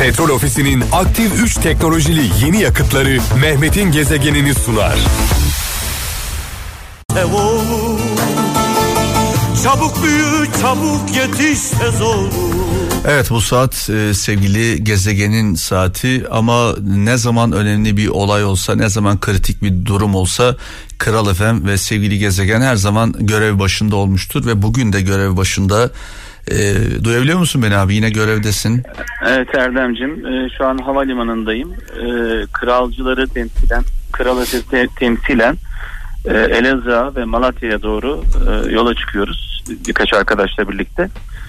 Petrol Ofisi'nin aktif 3 teknolojili yeni yakıtları Mehmet'in gezegenini sunar. Çabuk büyü, çabuk yetiş tez olur. Evet, bu saat sevgili gezegenin saati ama ne zaman önemli bir olay olsa, ne zaman kritik bir durum olsa Kral FM ve sevgili gezegen her zaman görev başında olmuştur ve bugün de görev başında. Duyabiliyor musun beni abi? Yine görevdesin. Evet Erdemciğim, şu an havalimanındayım. Kralcıları temsilen, kralı temsilen Elazığ'a ve Malatya'ya doğru yola çıkıyoruz birkaç arkadaşla birlikte.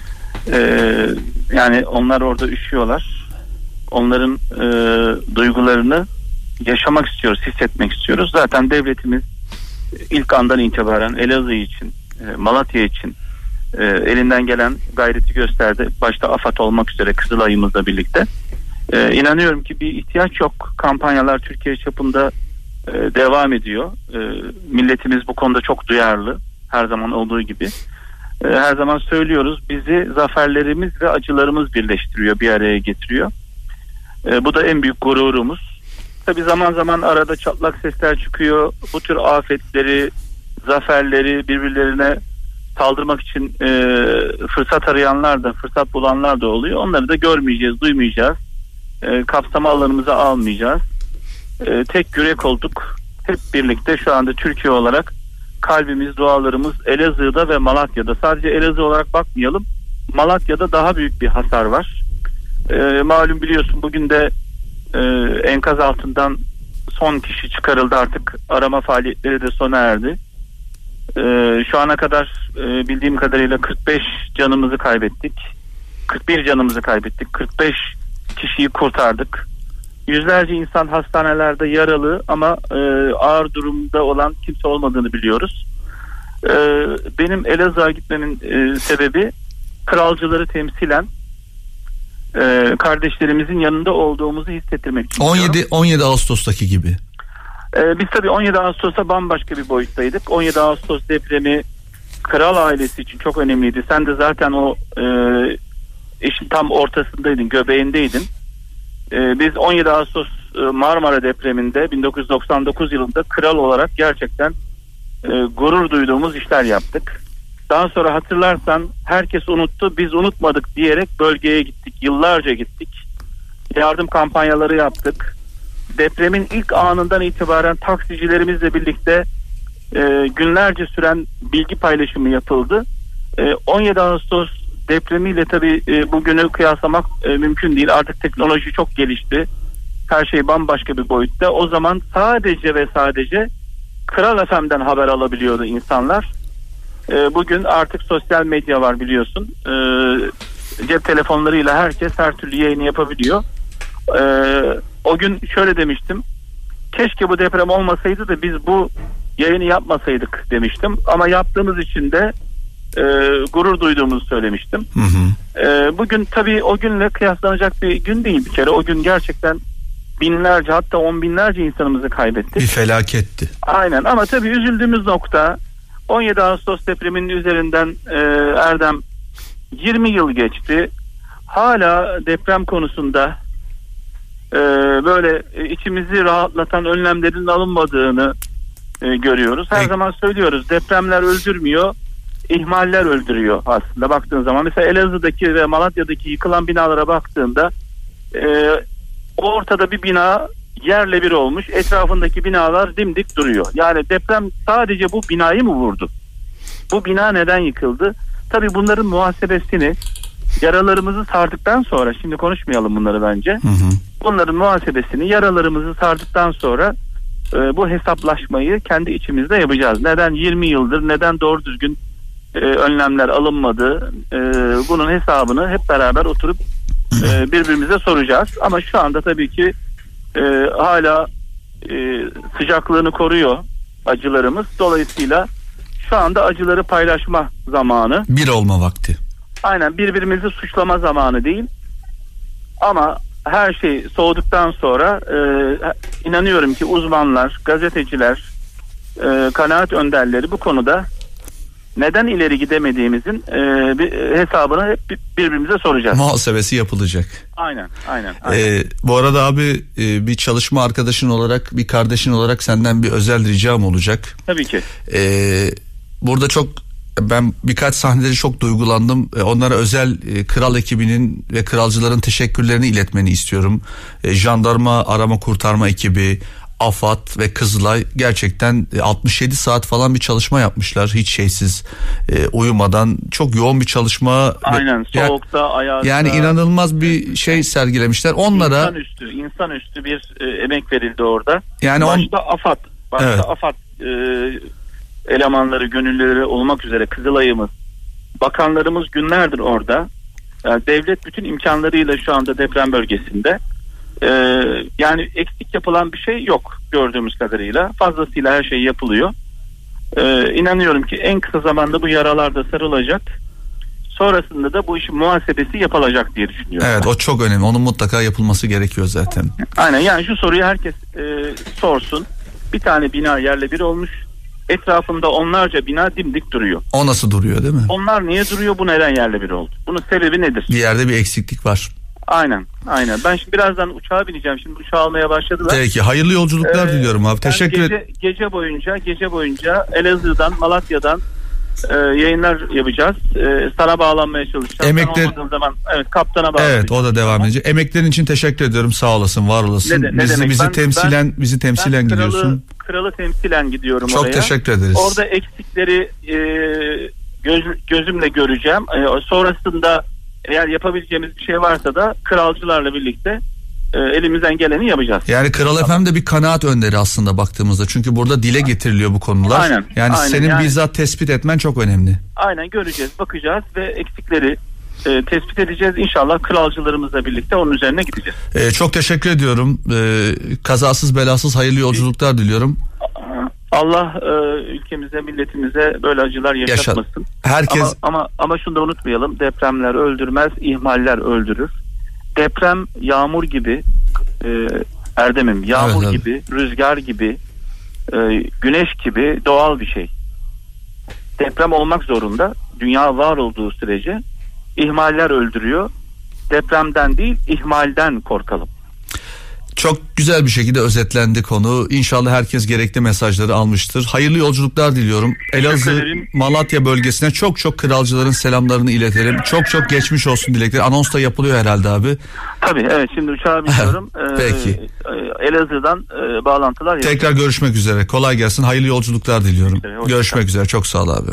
Yani onlar orada üşüyorlar. Onların duygularını yaşamak istiyoruz, hissetmek istiyoruz. Zaten devletimiz ilk andan itibaren Elazığ için, Malatya için elinden gelen gayreti gösterdi. Başta AFAD olmak üzere Kızılay'ımızla birlikte. İnanıyorum ki bir ihtiyaç yok. Kampanyalar Türkiye çapında devam ediyor. Milletimiz bu konuda çok duyarlı. Her zaman olduğu gibi. Her zaman söylüyoruz, bizi zaferlerimiz ve acılarımız birleştiriyor, bir araya getiriyor. Bu da en büyük gururumuz. Tabii zaman zaman arada çatlak sesler çıkıyor. Bu tür afetleri, zaferleri birbirlerine saldırmak için fırsat arayanlar da, fırsat bulanlar da oluyor. Onları da görmeyeceğiz, duymayacağız. Kapsama alanımıza almayacağız. Tek yürek olduk. Hep birlikte şu anda Türkiye olarak kalbimiz, dualarımız Elazığ'da ve Malatya'da. Sadece Elazığ olarak bakmayalım. Malatya'da daha büyük bir hasar var. Malum biliyorsun, bugün de enkaz altından son kişi çıkarıldı, artık arama faaliyetleri de sona erdi. Şu ana kadar bildiğim kadarıyla 45 canımızı kaybettik. 41 canımızı kaybettik. 45 kişiyi kurtardık. Yüzlerce insan hastanelerde yaralı ama ağır durumda olan kimse olmadığını biliyoruz. Benim Elazığ'a gitmemin sebebi kralcıları temsilen kardeşlerimizin yanında olduğumuzu hissettirmek için. 17 Ağustos'taki gibi. Biz tabii 17 Ağustos'ta bambaşka bir boyuttaydık. 17 Ağustos depremi kral ailesi için çok önemliydi. Sen de zaten o işin tam ortasındaydın, göbeğindeydin. Biz 17 Ağustos Marmara depreminde 1999 yılında kral olarak gerçekten gurur duyduğumuz işler yaptık. Daha sonra hatırlarsan herkes unuttu, biz unutmadık diyerek bölgeye gittik. Yıllarca gittik. Yardım kampanyaları yaptık. Depremin ilk anından itibaren taksicilerimizle birlikte günlerce süren bilgi paylaşımı yapıldı. 17 Ağustos depremiyle tabii bugünü kıyaslamak mümkün değil. Artık teknoloji çok gelişti. Her şey bambaşka bir boyutta. O zaman sadece ve sadece Kral FM'den haber alabiliyordu insanlar. Bugün artık sosyal medya var biliyorsun. Cep telefonlarıyla herkes her türlü yayını yapabiliyor. O gün şöyle demiştim. Keşke bu deprem olmasaydı da biz bu yayını yapmasaydık demiştim. Ama yaptığımız için de gurur duyduğumuzu söylemiştim. Hı hı. Bugün tabii o günle kıyaslanacak bir gün değil bir kere. O gün gerçekten binlerce, hatta 10 binlerce insanımızı kaybettik. Bir felaketti. Aynen, ama tabii üzüldüğümüz nokta 17 Ağustos depreminin üzerinden Erdem 20 yıl geçti. Hala deprem konusunda böyle içimizi rahatlatan önlemlerin alınmadığını görüyoruz. Her zaman söylüyoruz, depremler öldürmüyor, ihmaller öldürüyor aslında baktığın zaman. Mesela Elazığ'daki ve Malatya'daki yıkılan binalara baktığında ortada bir bina yerle bir olmuş, etrafındaki binalar dimdik duruyor. Yani deprem sadece bu binayı mı vurdu? Bu bina neden yıkıldı? Tabii bunların muhasebesini, yaralarımızı sardıktan sonra, şimdi konuşmayalım bunları bence. Hı hı. Bunların muhasebesini, yaralarımızı sardıktan sonra bu hesaplaşmayı kendi içimizde yapacağız. Neden 20 yıldır, neden doğru düzgün önlemler alınmadı? Bunun hesabını hep beraber oturup birbirimize soracağız. Ama şu anda tabii ki hala sıcaklığını koruyor acılarımız. Dolayısıyla şu anda acıları paylaşma zamanı. Bir olma vakti. Aynen, birbirimizi suçlama zamanı değil. Ama her şey soğuduktan sonra inanıyorum ki uzmanlar, gazeteciler, kanaat önderleri bu konuda neden ileri gidemediğimizin bir hesabını hep birbirimize soracağız. Muhasebesi yapılacak. Aynen. Bu arada abi bir çalışma arkadaşın olarak, bir kardeşin olarak senden bir özel ricam olacak. Tabii ki. Burada ben birkaç sahnede çok duygulandım. Onlara özel kral ekibinin ve kralcıların teşekkürlerini iletmeni istiyorum. Jandarma arama kurtarma ekibi, AFAD ve Kızılay gerçekten 67 saat falan bir çalışma yapmışlar. Hiç şeysiz, uyumadan çok yoğun bir çalışma. Aynen, soğukta, ayazda. Yani inanılmaz bir şey sergilemişler. Onlara insanüstü bir emek verildi orada. Yani başta AFAD elemanları, gönüllüleri olmak üzere Kızılay'ımız, bakanlarımız günlerdir orada. Yani devlet bütün imkanlarıyla şu anda deprem bölgesinde. Yani eksik yapılan bir şey yok gördüğümüz kadarıyla. Fazlasıyla her şey yapılıyor. İnanıyorum ki en kısa zamanda bu yaralar da sarılacak. Sonrasında da bu işin muhasebesi yapılacak diye düşünüyorum. Evet, o çok önemli. Onun mutlaka yapılması gerekiyor zaten. Aynen, yani şu soruyu herkes sorsun. Bir tane bina yerle bir olmuş. Etrafında onlarca bina dimdik duruyor. O nasıl duruyor, değil mi? Onlar niye duruyor? Bu neden yerle bir oldu? Bunun sebebi nedir? Bir yerde bir eksiklik var. Aynen. Ben şimdi birazdan uçağa bineceğim. Şimdi uçağı almaya başladılar. Peki, hayırlı yolculuklar diliyorum abi. Teşekkür ederim. Gece boyunca Elazığ'dan, Malatya'dan yayınlar yapacağız. Sana bağlanmaya çalışacağım. Olmadığım zaman kaptana bağlanacağım. Evet, o da devam edecek. Emeklerin için teşekkür ediyorum. Sağ olasın, var olasın. Ne demek? Bizi temsilen gidiyorsun. Kralı temsilen gidiyorum çok oraya. Çok teşekkür ederiz. Orada eksikleri gözümle göreceğim. Sonrasında eğer yapabileceğimiz bir şey varsa da kralcılarla birlikte elimizden geleni yapacağız. Yani Kral FM de bir kanaat önderi aslında baktığımızda. Çünkü burada dile getiriliyor bu konular. Aynen. Senin bizzat tespit etmen çok önemli. Aynen, göreceğiz, bakacağız ve eksikleri tespit edeceğiz. İnşallah kralcılarımızla birlikte onun üzerine gideceğiz. Çok teşekkür ediyorum. Kazasız belasız hayırlı yolculuklar diliyorum. Allah ülkemize, milletimize böyle acılar yaşatmasın. Herkes ama şunu da unutmayalım. Depremler öldürmez, ihmaller öldürür. Deprem yağmur gibi, Erdem'im, yağmur gibi, rüzgar gibi, güneş gibi doğal bir şey. Deprem olmak zorunda. Dünya var olduğu sürece ihmaller öldürüyor. Depremden değil, ihmalden korkalım. Çok güzel bir şekilde özetlendi konu. İnşallah herkes gerekli mesajları almıştır. Hayırlı yolculuklar diliyorum. Elazığ, Malatya bölgesine çok kralcıların selamlarını iletelim. Çok geçmiş olsun dilekleri. Anons da yapılıyor herhalde abi. Tabii, evet, şimdi uçağa biniyorum. Peki. Elazığ'dan bağlantılar yapacağız. Tekrar görüşmek üzere. Kolay gelsin. Hayırlı yolculuklar diliyorum. Görüşmek üzere. Çok sağ ol abi.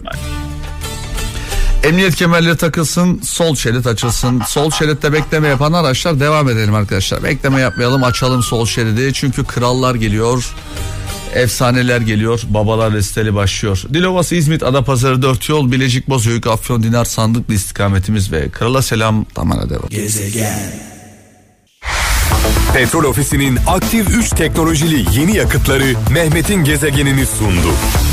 Emniyet kemerleri takılsın, sol şerit açılsın. Sol şeritte bekleme yapan araçlar, devam edelim arkadaşlar. Bekleme yapmayalım, açalım sol şeridi. Çünkü krallar geliyor, efsaneler geliyor, babalar listeli başlıyor. Dilovası, İzmit, Adapazarı 4 yol, Bilecik, Bozüyük, Afyon, Dinar, Sandıklı istikametimiz ve Krala selam, damara devam. Gezegen. Petrol Ofisi'nin aktif 3 teknolojili yeni yakıtları Mehmet'in gezegenini sundu.